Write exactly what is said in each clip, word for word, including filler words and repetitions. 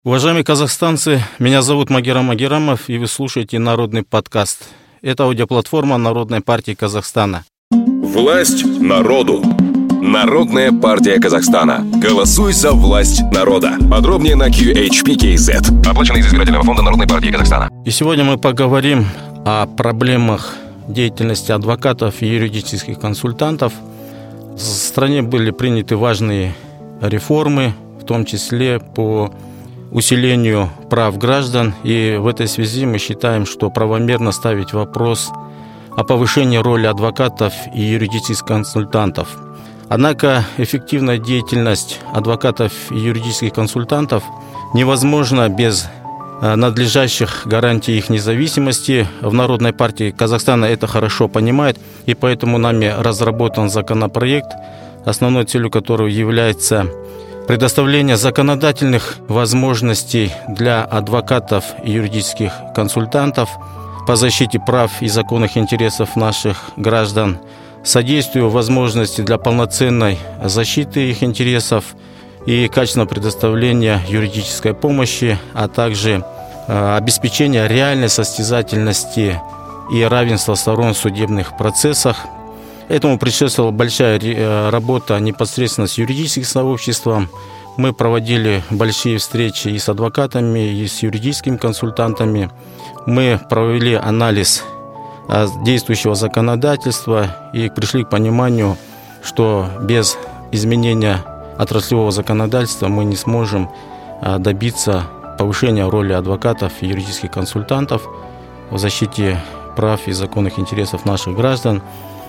Уважаемые казахстанцы, меня зовут Магерам Агерамов, и вы слушаете Народный подкаст. Это аудиоплатформа Народной партии Казахстана. Власть народу. Народная партия Казахстана. Голосуй за власть народа. Подробнее на кью эйч пи кей зет. Оплачено из избирательного фонда Народной партии Казахстана. И сегодня мы поговорим о проблемах деятельности адвокатов и юридических консультантов. В стране были приняты важные реформы, в том числе по усилению прав граждан, и в этой связи мы считаем, что правомерно ставить вопрос о повышении роли адвокатов и юридических консультантов. Однако эффективная деятельность адвокатов и юридических консультантов невозможна без надлежащих гарантий их независимости. В Народной партии Казахстана это хорошо понимает, и поэтому нами разработан законопроект, основной целью которого является предоставление законодательных возможностей для адвокатов и юридических консультантов по защите прав и законных интересов наших граждан, содействию возможности для полноценной защиты их интересов и качественного предоставления юридической помощи, а также э, обеспечения реальной состязательности и равенства сторон в судебных процессах. Этому предшествовала большая работа непосредственно с юридическим сообществом. Мы проводили большие встречи и с адвокатами, и с юридическими консультантами. Мы провели анализ действующего законодательства и пришли к пониманию, что без изменения отраслевого законодательства мы не сможем добиться повышения роли адвокатов и юридических консультантов в защите прав и законных интересов наших граждан.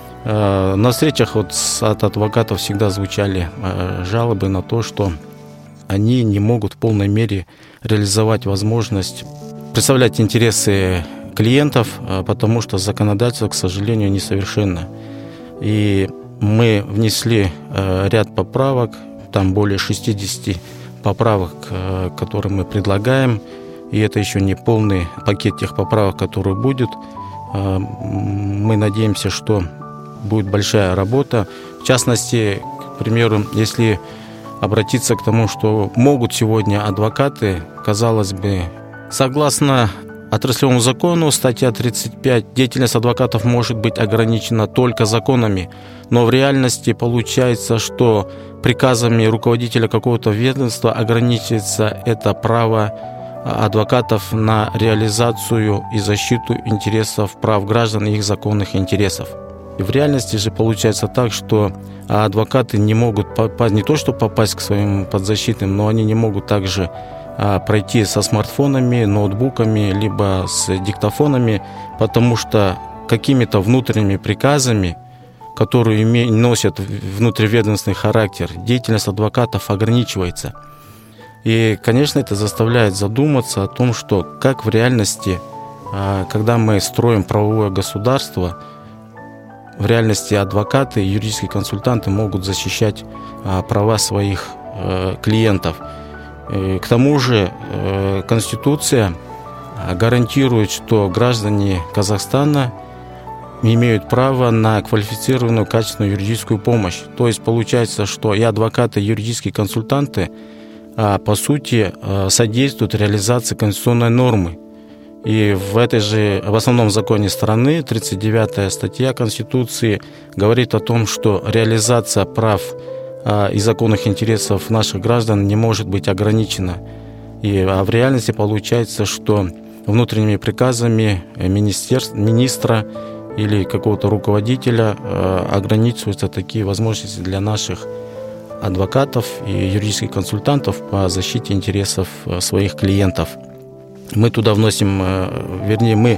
На встречах вот от адвокатов всегда звучали жалобы на то, что они не могут в полной мере реализовать возможность представлять интересы клиентов, потому что законодательство, к сожалению, несовершенно. И мы внесли ряд поправок, там более шестьдесят поправок, которые мы предлагаем, и это еще не полный пакет тех поправок, которые будут. Мы надеемся, что будет большая работа. В частности, к примеру, если обратиться к тому, что могут сегодня адвокаты, казалось бы, согласно отраслевому закону, статья тридцать пять, деятельность адвокатов может быть ограничена только законами, но в реальности получается, что приказами руководителя какого-то ведомства ограничивается это право адвокатов на реализацию и защиту интересов прав граждан и их законных интересов. И в реальности же получается так, что адвокаты не могут попасть, не то что попасть к своим подзащитным, но они не могут также пройти со смартфонами, ноутбуками, либо с диктофонами, потому что какими-то внутренними приказами, которые носят внутриведомственный характер, деятельность адвокатов ограничивается. И, конечно, это заставляет задуматься о том, что как в реальности, когда мы строим правовое государство, в реальности адвокаты и юридические консультанты могут защищать права своих клиентов. К тому же Конституция гарантирует, что граждане Казахстана имеют право на квалифицированную качественную юридическую помощь. То есть получается, что и адвокаты, и юридические консультанты по сути содействуют реализации конституционной нормы. И в этой же, в основном законе страны, тридцать девятая статья Конституции говорит о том, что реализация прав и законных интересов наших граждан не может быть ограничена. И, а в реальности получается, что внутренними приказами министерств, министра или какого-то руководителя ограничиваются такие возможности для наших адвокатов и юридических консультантов по защите интересов своих клиентов. Мы туда вносим, вернее, мы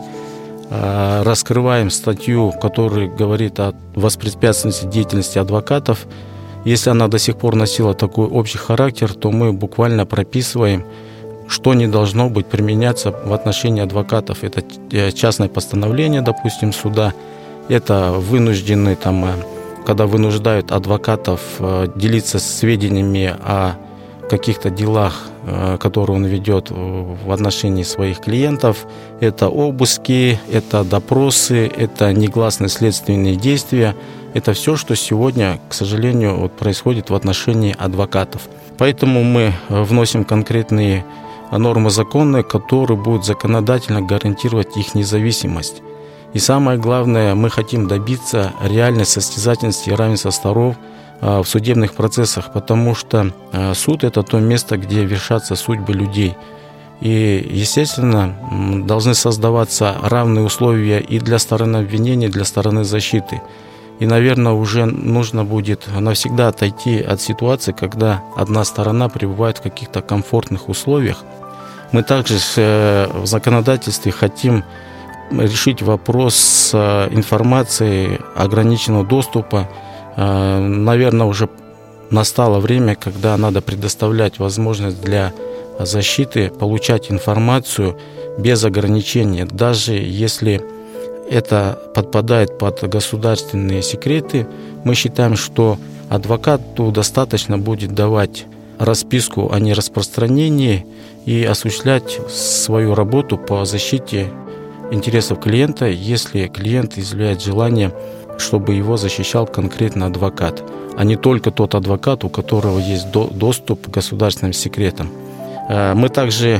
раскрываем статью, которая говорит о воспрепятственности деятельности адвокатов. Если она до сих пор носила такой общий характер, то мы буквально прописываем, что не должно быть применяться в отношении адвокатов. Это частное постановление, допустим, суда. Это вынужденные, там, когда вынуждают адвокатов делиться сведениями о каких-то делах, которые он ведет в отношении своих клиентов. Это обыски, это допросы, это негласные следственные действия. Это все, что сегодня, к сожалению, вот происходит в отношении адвокатов. Поэтому мы вносим конкретные нормы законные, которые будут законодательно гарантировать их независимость. И самое главное, мы хотим добиться реальной состязательности и равенства сторон в судебных процессах, потому что суд – это то место, где вершатся судьбы людей. И, естественно, должны создаваться равные условия и для стороны обвинения, и для стороны защиты. И, наверное, уже нужно будет навсегда отойти от ситуации, когда одна сторона пребывает в каких-то комфортных условиях. Мы также в законодательстве хотим решить вопрос с информацией ограниченного доступа. Наверное, уже настало время, когда надо предоставлять возможность для защиты получать информацию без ограничения, даже если это подпадает под государственные секреты. Мы считаем, что адвокату достаточно будет давать расписку о нераспространении и осуществлять свою работу по защите интересов клиента, если клиент изъявляет желание, чтобы его защищал конкретно адвокат, а не только тот адвокат, у которого есть доступ к государственным секретам. Мы также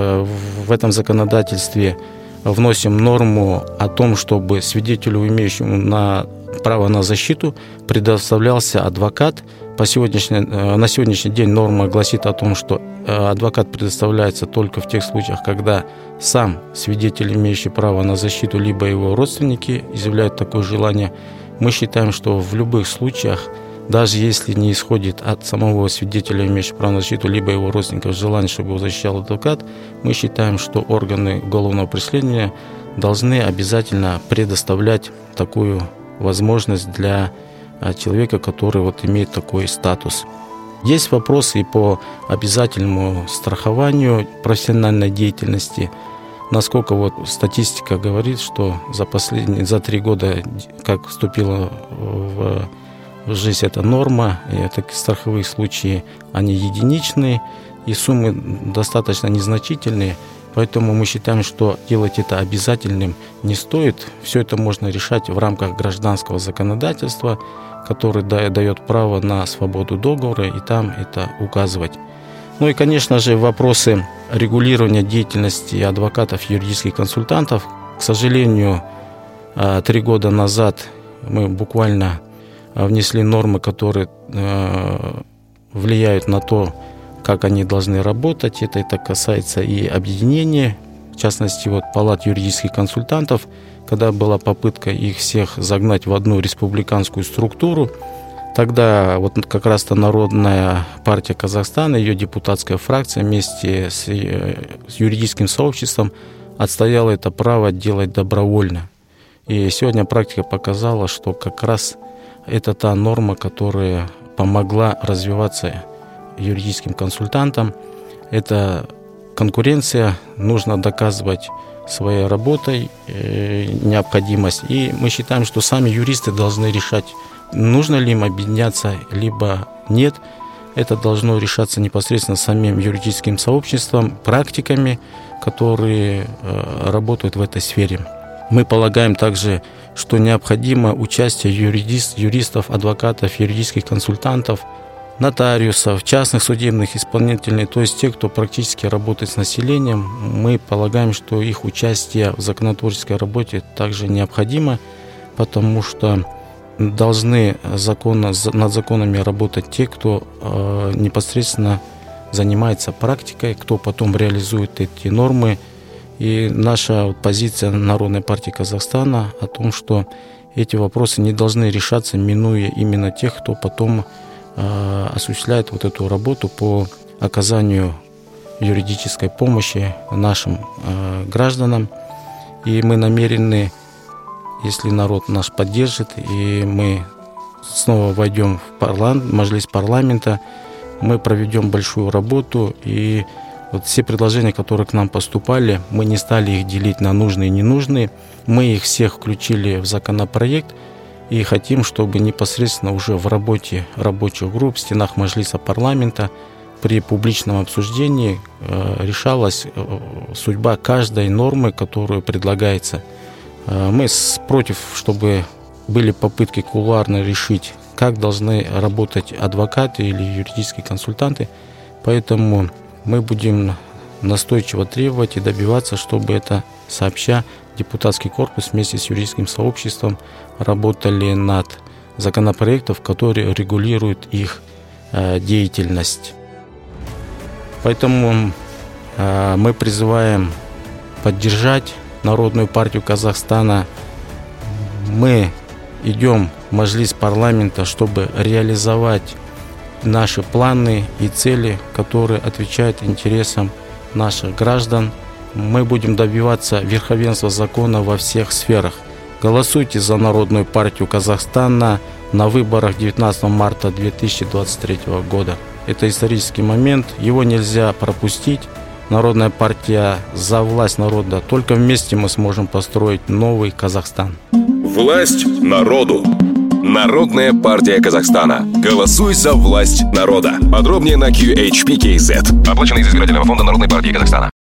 в этом законодательстве вносим норму о том, чтобы свидетелю, имеющему на право на защиту, предоставлялся адвокат. По сегодняшний, на сегодняшний день норма гласит о том, что адвокат предоставляется только в тех случаях, когда сам свидетель, имеющий право на защиту, либо его родственники изъявляют такое желание. Мы считаем, что в любых случаях, даже если не исходит от самого свидетеля, имеющего право на защиту, либо его родственников желание, чтобы его защищал адвокат, мы считаем, что органы уголовного преследования должны обязательно предоставлять такую возможность для человека, который вот имеет такой статус. Есть вопросы и по обязательному страхованию профессиональной деятельности. Насколько вот статистика говорит, что за последние, за три года, как вступила в в жизнь эта норма, и такие страховые случаи, они единичные, и суммы достаточно незначительные, поэтому мы считаем, что делать это обязательным не стоит. Все это можно решать в рамках гражданского законодательства, которое дает право на свободу договора, и там это указывать. Ну и, конечно же, вопросы регулирования деятельности адвокатов и юридических консультантов. К сожалению, три года назад мы буквально внесли нормы, которые э, влияют на то, как они должны работать. Это, это касается и объединения, в частности, вот, палат юридических консультантов, когда была попытка их всех загнать в одну республиканскую структуру. Тогда вот как раз-то Народная партия Казахстана, ее депутатская фракция вместе с, с юридическим сообществом отстояла это право делать добровольно. И сегодня практика показала, что как раз это та норма, которая помогла развиваться юридическим консультантам. Это конкуренция, нужно доказывать своей работой э, необходимость. И мы считаем, что сами юристы должны решать, нужно ли им объединяться, либо нет. Это должно решаться непосредственно самим юридическим сообществом, практиками, которые э, работают в этой сфере. Мы полагаем также, что необходимо участие юрист, юристов, адвокатов, юридических консультантов, нотариусов, частных судебных исполнителей, то есть тех, кто практически работает с населением. Мы полагаем, что их участие в законотворческой работе также необходимо, потому что должны законно, над законами работать те, кто э, непосредственно занимается практикой, кто потом реализует эти нормы. И наша позиция Народной партии Казахстана о том, что эти вопросы не должны решаться, минуя именно тех, кто потом э, осуществляет вот эту работу по оказанию юридической помощи нашим э, гражданам. И мы намерены, если народ наш поддержит, и мы снова войдем в парламент, маджлис парламента, мы проведем большую работу, и вот все предложения, которые к нам поступали, мы не стали их делить на нужные и ненужные. Мы их всех включили в законопроект и хотим, чтобы непосредственно уже в работе рабочих групп, в стенах маджлиса парламента, при публичном обсуждении э, решалась э, судьба каждой нормы, которую предлагается. Э, мы против, чтобы были попытки кулуарно решить, как должны работать адвокаты или юридические консультанты. Поэтому мы будем настойчиво требовать и добиваться, чтобы это сообща депутатский корпус вместе с юридическим сообществом работали над законопроектом, которые регулируют их э, деятельность. Поэтому э, мы призываем поддержать Народную партию Казахстана. Мы идем в Маджлис парламента, чтобы реализовать наши планы и цели, которые отвечают интересам наших граждан. Мы будем добиваться верховенства закона во всех сферах. Голосуйте за Народную партию Казахстана на выборах девятнадцатого марта две тысячи двадцать третьего года. Это исторический момент, его нельзя пропустить. Народная партия за власть народа. Только вместе мы сможем построить новый Казахстан. Власть народу. Народная партия Казахстана. Голосуй за власть народа. Подробнее на кью эйч пи кей зет. Оплачено из избирательного фонда Народной партии Казахстана.